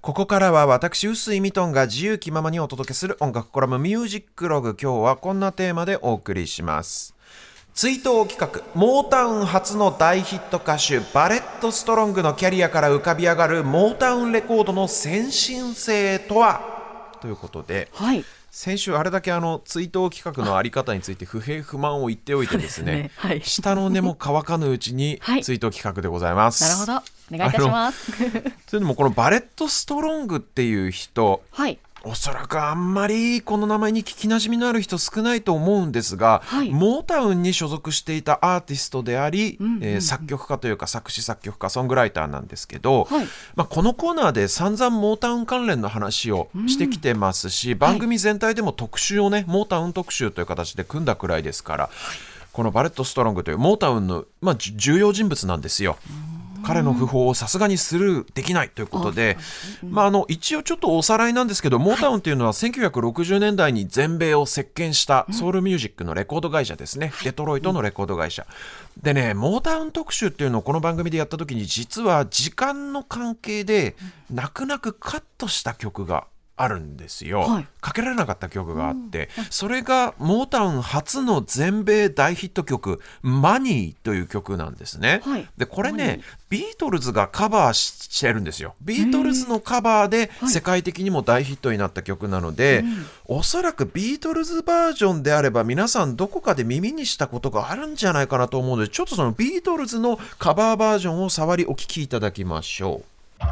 ここからは私臼井ミトンが自由気ままにお届けする音楽コラムミュージックログ。今日はこんなテーマでお送りします。追悼企画、モータウン初の大ヒット歌手バレット・ストロングのキャリアから浮かび上がるモータウンレコードの先進性とは、ということで、 はい、 先週あれだけ追悼企画のあり方について不平不満を言っておいてですね、 はい、 下の根も乾かぬうちに追悼企画でございます。 なるほど、お願いいたします。 それでもこのバレット・ストロングっていう人、 はい、 おそらくあんまりこの名前に聞きなじみのある人少ないと思うんですが、 はい、 モータウンに所属していたアーティストであり、作曲家というか作詞作曲家ソングライターなんですけど、 はい、 このコーナーで散々モータウン関連の話をしてきてますし、番組全体でも特集をね、モータウン特集という形で組んだくらいですから、このバレット・ストロングというモータウンの、重要人物なんですよ。彼の訃報をさすがにスルーできないということで、一応ちょっとおさらいなんですけど、モータウンというのは1960年代に全米を席巻したソウルミュージックのレコード会社ですね。デトロイトのレコード会社でね、モータウン特集っていうのをこの番組でやった時に、実は時間の関係で泣く泣くカットした曲があるんですよ、 はい、 かけられなかった曲があって、それがモータウン初の全米大ヒット曲マニーという曲なんですね、 はい、 でこれねビートルズがカバーしてるんですよ。ビートルズのカバーで世界的にも大ヒットになった曲なので、おそらくビートルズバージョンであれば皆さんどこかで耳にしたことがあるんじゃないかなと思うので、ちょっとそのビートルズのカバーバージョンを触りお聞きいただきましょう。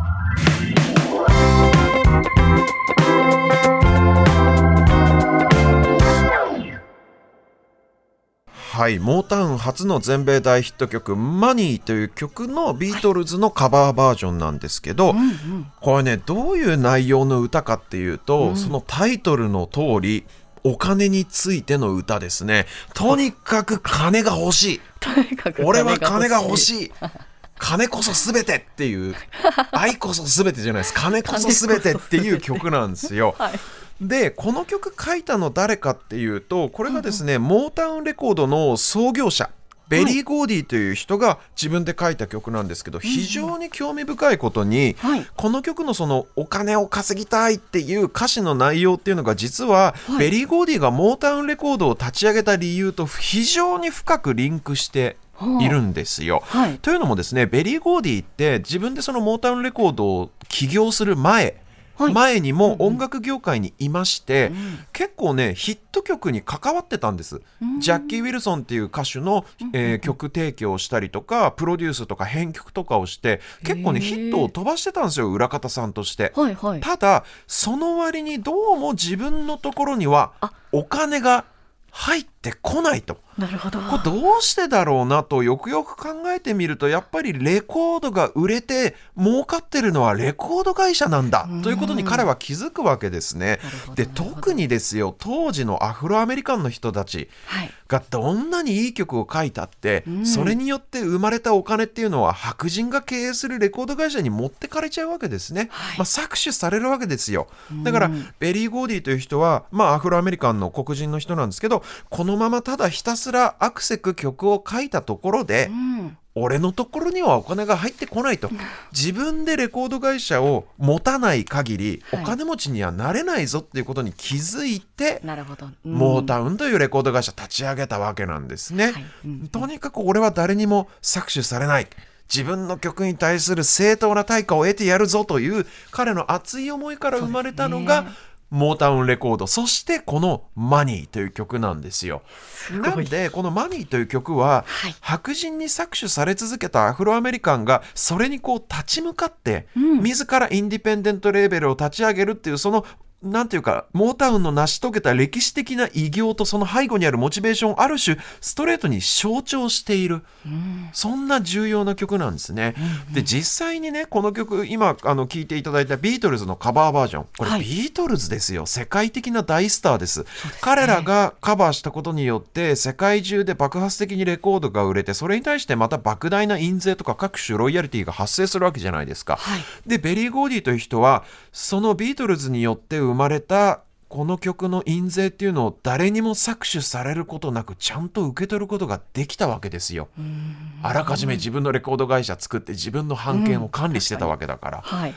はい、モータウン初の全米大ヒット曲マニーという曲のビートルズのカバーバージョンなんですけど、これねどういう内容の歌かっていうと、そのタイトルの通りお金についての歌ですね。とにかく金が欲しい俺は金が欲しい金こそ全てっていう愛こそ全てじゃないです、金こそ全てっていう曲なんですよ、はい。でこの曲書いたの誰かっていうと、これがですね、モータウンレコードの創業者ベリー・ゴーディという人が自分で書いた曲なんですけど、非常に興味深いことに、この曲のそのお金を稼ぎたいっていう歌詞の内容っていうのが、実はベリー・ゴーディがモータウンレコードを立ち上げた理由と非常に深くリンクしているんですよ、というのもですね、ベリー・ゴーディって自分でそのモータウンレコードを起業する前にも音楽業界にいまして、結構ねヒット曲に関わってたんです、ジャッキー・ウィルソンっていう歌手の、曲提供をしたりとかプロデュースとか編曲とかをして結構ねヒットを飛ばしてたんですよ、裏方さんとして、ただその割にどうも自分のところにはお金が入ってこないと。 なるほど。 これどうしてだろうなとよくよく考えてみると、やっぱりレコードが売れて儲かってるのはレコード会社なんだということに彼は気づくわけですね。で特にですよ、当時のアフロアメリカンの人たちがどんなにいい曲を書いたって、それによって生まれたお金っていうのは白人が経営するレコード会社に持ってかれちゃうわけですね、搾取されるわけですよ。だからベリー・ゴーディという人は、アフロアメリカンの黒人の人なんですけど、このままただひたすらアクセク曲を書いたところで、俺のところにはお金が入ってこないと、自分でレコード会社を持たない限りお金持ちにはなれないぞっていうことに気づいて、モータウンというレコード会社立ち上げたわけなんですね、とにかく俺は誰にも搾取されない、自分の曲に対する正当な対価を得てやるぞという彼の熱い思いから生まれたのがモータウンレコード、そしてこのマニーという曲なんですよ。なんでこのマニーという曲は、白人に搾取され続けたアフロアメリカンがそれにこう立ち向かって、自らインディペンデントレーベルを立ち上げるっていう、そのなんていうかモータウンの成し遂げた歴史的な偉業とその背後にあるモチベーションをある種ストレートに象徴している、そんな重要な曲なんですね、で実際にねこの曲今聴いていただいたビートルズのカバーバージョン、これビートルズですよ、世界的な大スターです。彼らがカバーしたことによって世界中で爆発的にレコードが売れて、それに対してまた莫大な印税とか各種ロイヤリティが発生するわけじゃないですか、でベリー・ゴーディという人はそのビートルズによって生まれたこの曲の印税っていうのを誰にも搾取されることなくちゃんと受け取ることができたわけですよ。あらかじめ自分のレコード会社作って自分の版権を管理してたわけだから、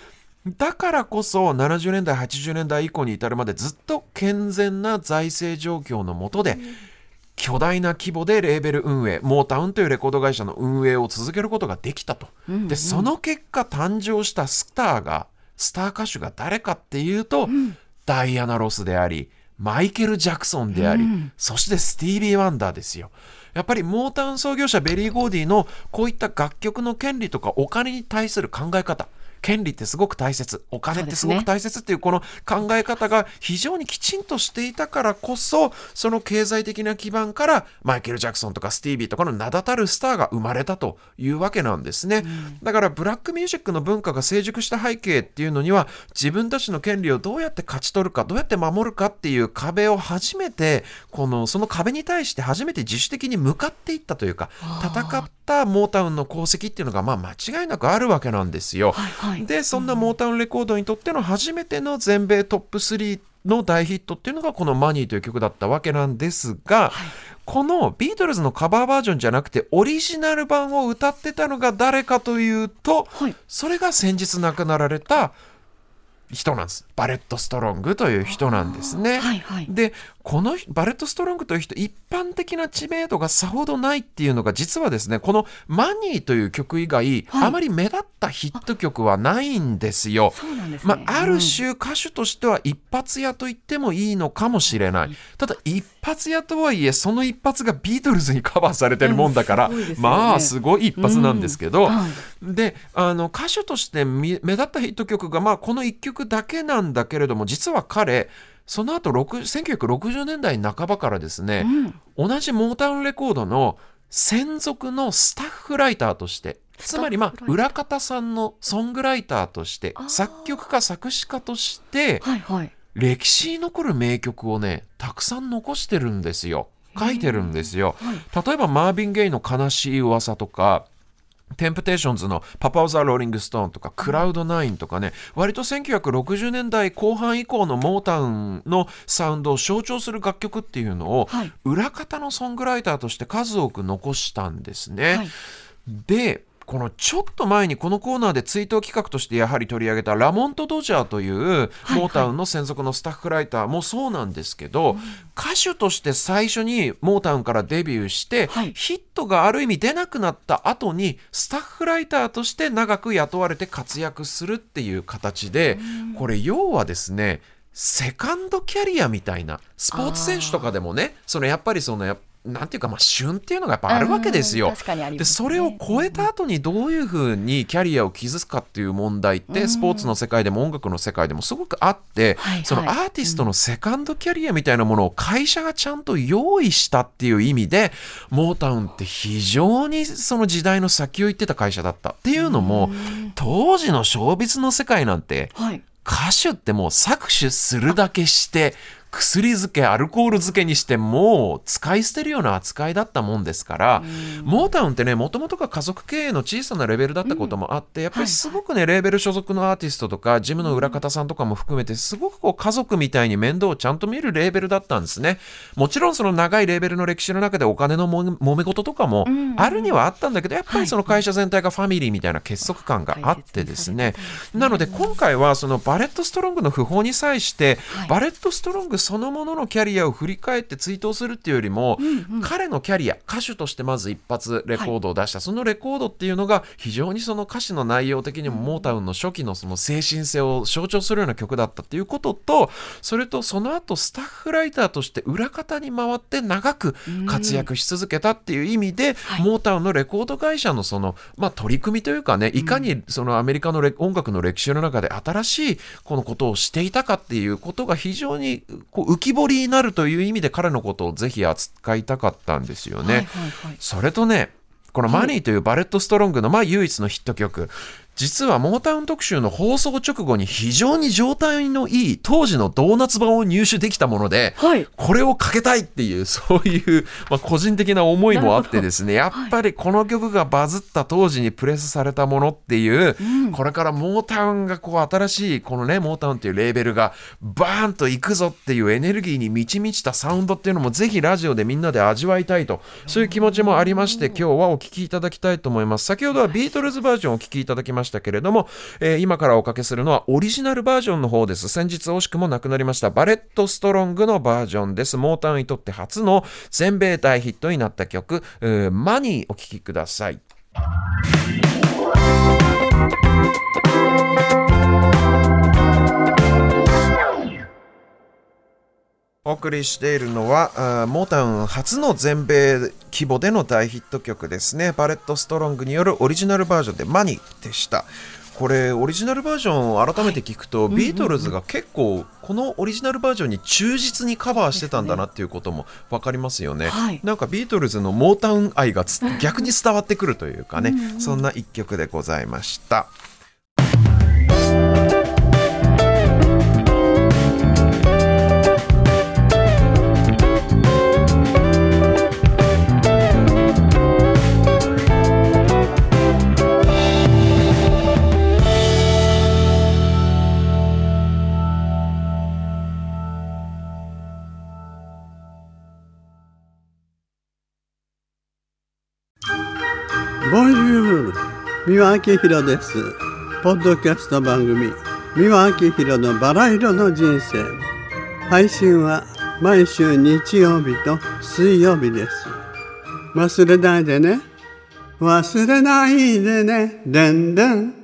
だからこそ70年代80年代以降に至るまでずっと健全な財政状況の下で、巨大な規模でレーベル運営、モータウンというレコード会社の運営を続けることができたと。でその結果誕生したスター歌手が誰かっていうと、ダイアナ・ロスでありマイケル・ジャクソンであり、そしてスティービー・ワンダーですよ。やっぱりモータウン創業者ベリー・ゴーディのこういった楽曲の権利とかお金に対する考え方、権利ってすごく大切、お金ってすごく大切っていうこの考え方が非常にきちんとしていたからこそ、その経済的な基盤からマイケル・ジャクソンとかスティービーとかの名だたるスターが生まれたというわけなんですね。だからブラックミュージックの文化が成熟した背景っていうのには、自分たちの権利をどうやって勝ち取るか、どうやって守るかっていう壁を初めてその壁に対して初めて自主的に向かっていったというか、戦ったモータウンの功績っていうのが間違いなくあるわけなんですよ。でそんなモータウンレコードにとっての初めての全米トップ3の大ヒットっていうのがこのマニーという曲だったわけなんですが、このビートルズのカバーバージョンじゃなくてオリジナル版を歌ってたのが誰かというと、それが先日亡くなられた人なんです。バレット・ストロングという人なんですね。でこのバレット・ストロングという人、一般的な知名度がさほどないっていうのが実はですね、このマニーという曲以外、あまり目立ったヒット曲はないんですよ。ある種歌手としては一発屋と言ってもいいのかもしれない。ただ一発屋とはいえ、その一発がビートルズにカバーされてるもんだから、すごい一発なんですけど、で歌手として目立ったヒット曲がこの一曲だけなんだけれども、実は彼その後1960年代半ばからですね、同じモータウンレコードの専属のスタッフライターとして、つまり裏方さんのソングライターとして、作曲家作詞家として、歴史に残る名曲をねたくさん残してるんですよ。書いてるんですよ。例えばマーヴィン・ゲイの悲しい噂とか、テンプテーションズのパパ・オブ・ザ・ローリング・ストーンとかクラウド9とかね、割と1960年代後半以降のモータウンのサウンドを象徴する楽曲っていうのを、裏方のソングライターとして数多く残したんですね。でこのちょっと前にこのコーナーで追悼企画としてやはり取り上げたラモント・ドジャーというモータウンの専属のスタッフライターもそうなんですけど、歌手として最初にモータウンからデビューして、ヒットがある意味出なくなった後にスタッフライターとして長く雇われて活躍するっていう形で、これ要はですねセカンドキャリアみたいな、スポーツ選手とかでもね、やっぱりなんていうか旬っていうのがやっぱあるわけですよ。でそれを超えた後にどういうふうにキャリアを築くかっていう問題って、スポーツの世界でも音楽の世界でもすごくあって、そのアーティストのセカンドキャリアみたいなものを会社がちゃんと用意したっていう意味で、モータウンって非常にその時代の先を行ってた会社だったっていうのも、当時のショービズの世界なんて、歌手ってもう搾取するだけして薬漬けアルコール漬けにしてもう使い捨てるような扱いだったもんですから、モータウンってねもともとが家族経営の小さなレベルだったこともあって、やっぱりすごくねレーベル所属のアーティストとかジムの裏方さんとかも含めてすごく家族みたいに面倒をちゃんと見るレーベルだったんですね。もちろんその長いレーベルの歴史の中でお金の揉め事とかもあるにはあったんだけど、やっぱりその会社全体がファミリーみたいな結束感があってですね、なので今回はそのバレット・ストロングの訃報に際して、バレット・ストロングそのもののキャリアを振り返って追悼するっていうよりも、彼のキャリア、歌手としてまず一発レコードを出した、そのレコードっていうのが非常にその歌詞の内容的にもモータウンの初期のその精神性を象徴するような曲だったっていうことと、それとその後スタッフライターとして裏方に回って長く活躍し続けたっていう意味で、モータウンのレコード会社のその、取り組みというかね、いかにそのアメリカの音楽の歴史の中で新しいこのことをしていたかっていうことが非常に浮き彫りになるという意味で彼のことをぜひ扱いたかったんですよね。それとね、このマニーというバレット・ストロングの唯一のヒット曲、実はモータウン特集の放送直後に非常に状態のいい当時のドーナツ版を入手できたもので、これをかけたいっていうそういう、個人的な思いもあってですね、やっぱりこの曲がバズった当時にプレスされたものっていう、これからモータウンが新しいこのねモータウンっていうレーベルがバーンといくぞっていうエネルギーに満ち満ちたサウンドっていうのもぜひラジオでみんなで味わいたいと、そういう気持ちもありまして、今日はお聴きいただきたいと思います。先ほどはビートルズバージョンをお聴きいただきました。 したけれども、今からおかけするのはオリジナルバージョンの方です。先日惜しくもなくなりましたバレットストロングのバージョンです。モータウンにとって初の全米大ヒットになった曲、マニーお聴きください。お送りしているのはモータウン初の全米規模での大ヒット曲ですね。バレットストロングによるオリジナルバージョンでマニーでした。これオリジナルバージョンを改めて聞くと、ビートルズが結構このオリジナルバージョンに忠実にカバーしてたんだなっていうことも分かりますよね。なんかビートルズのモータウン愛が逆に伝わってくるというかねそんな一曲でございました。 ボンジュール、三輪明宏です。ポッドキャスト番組三輪明宏のバラ色の人生、配信は毎週日曜日と水曜日です。忘れないでね、忘れないでね、でんでん。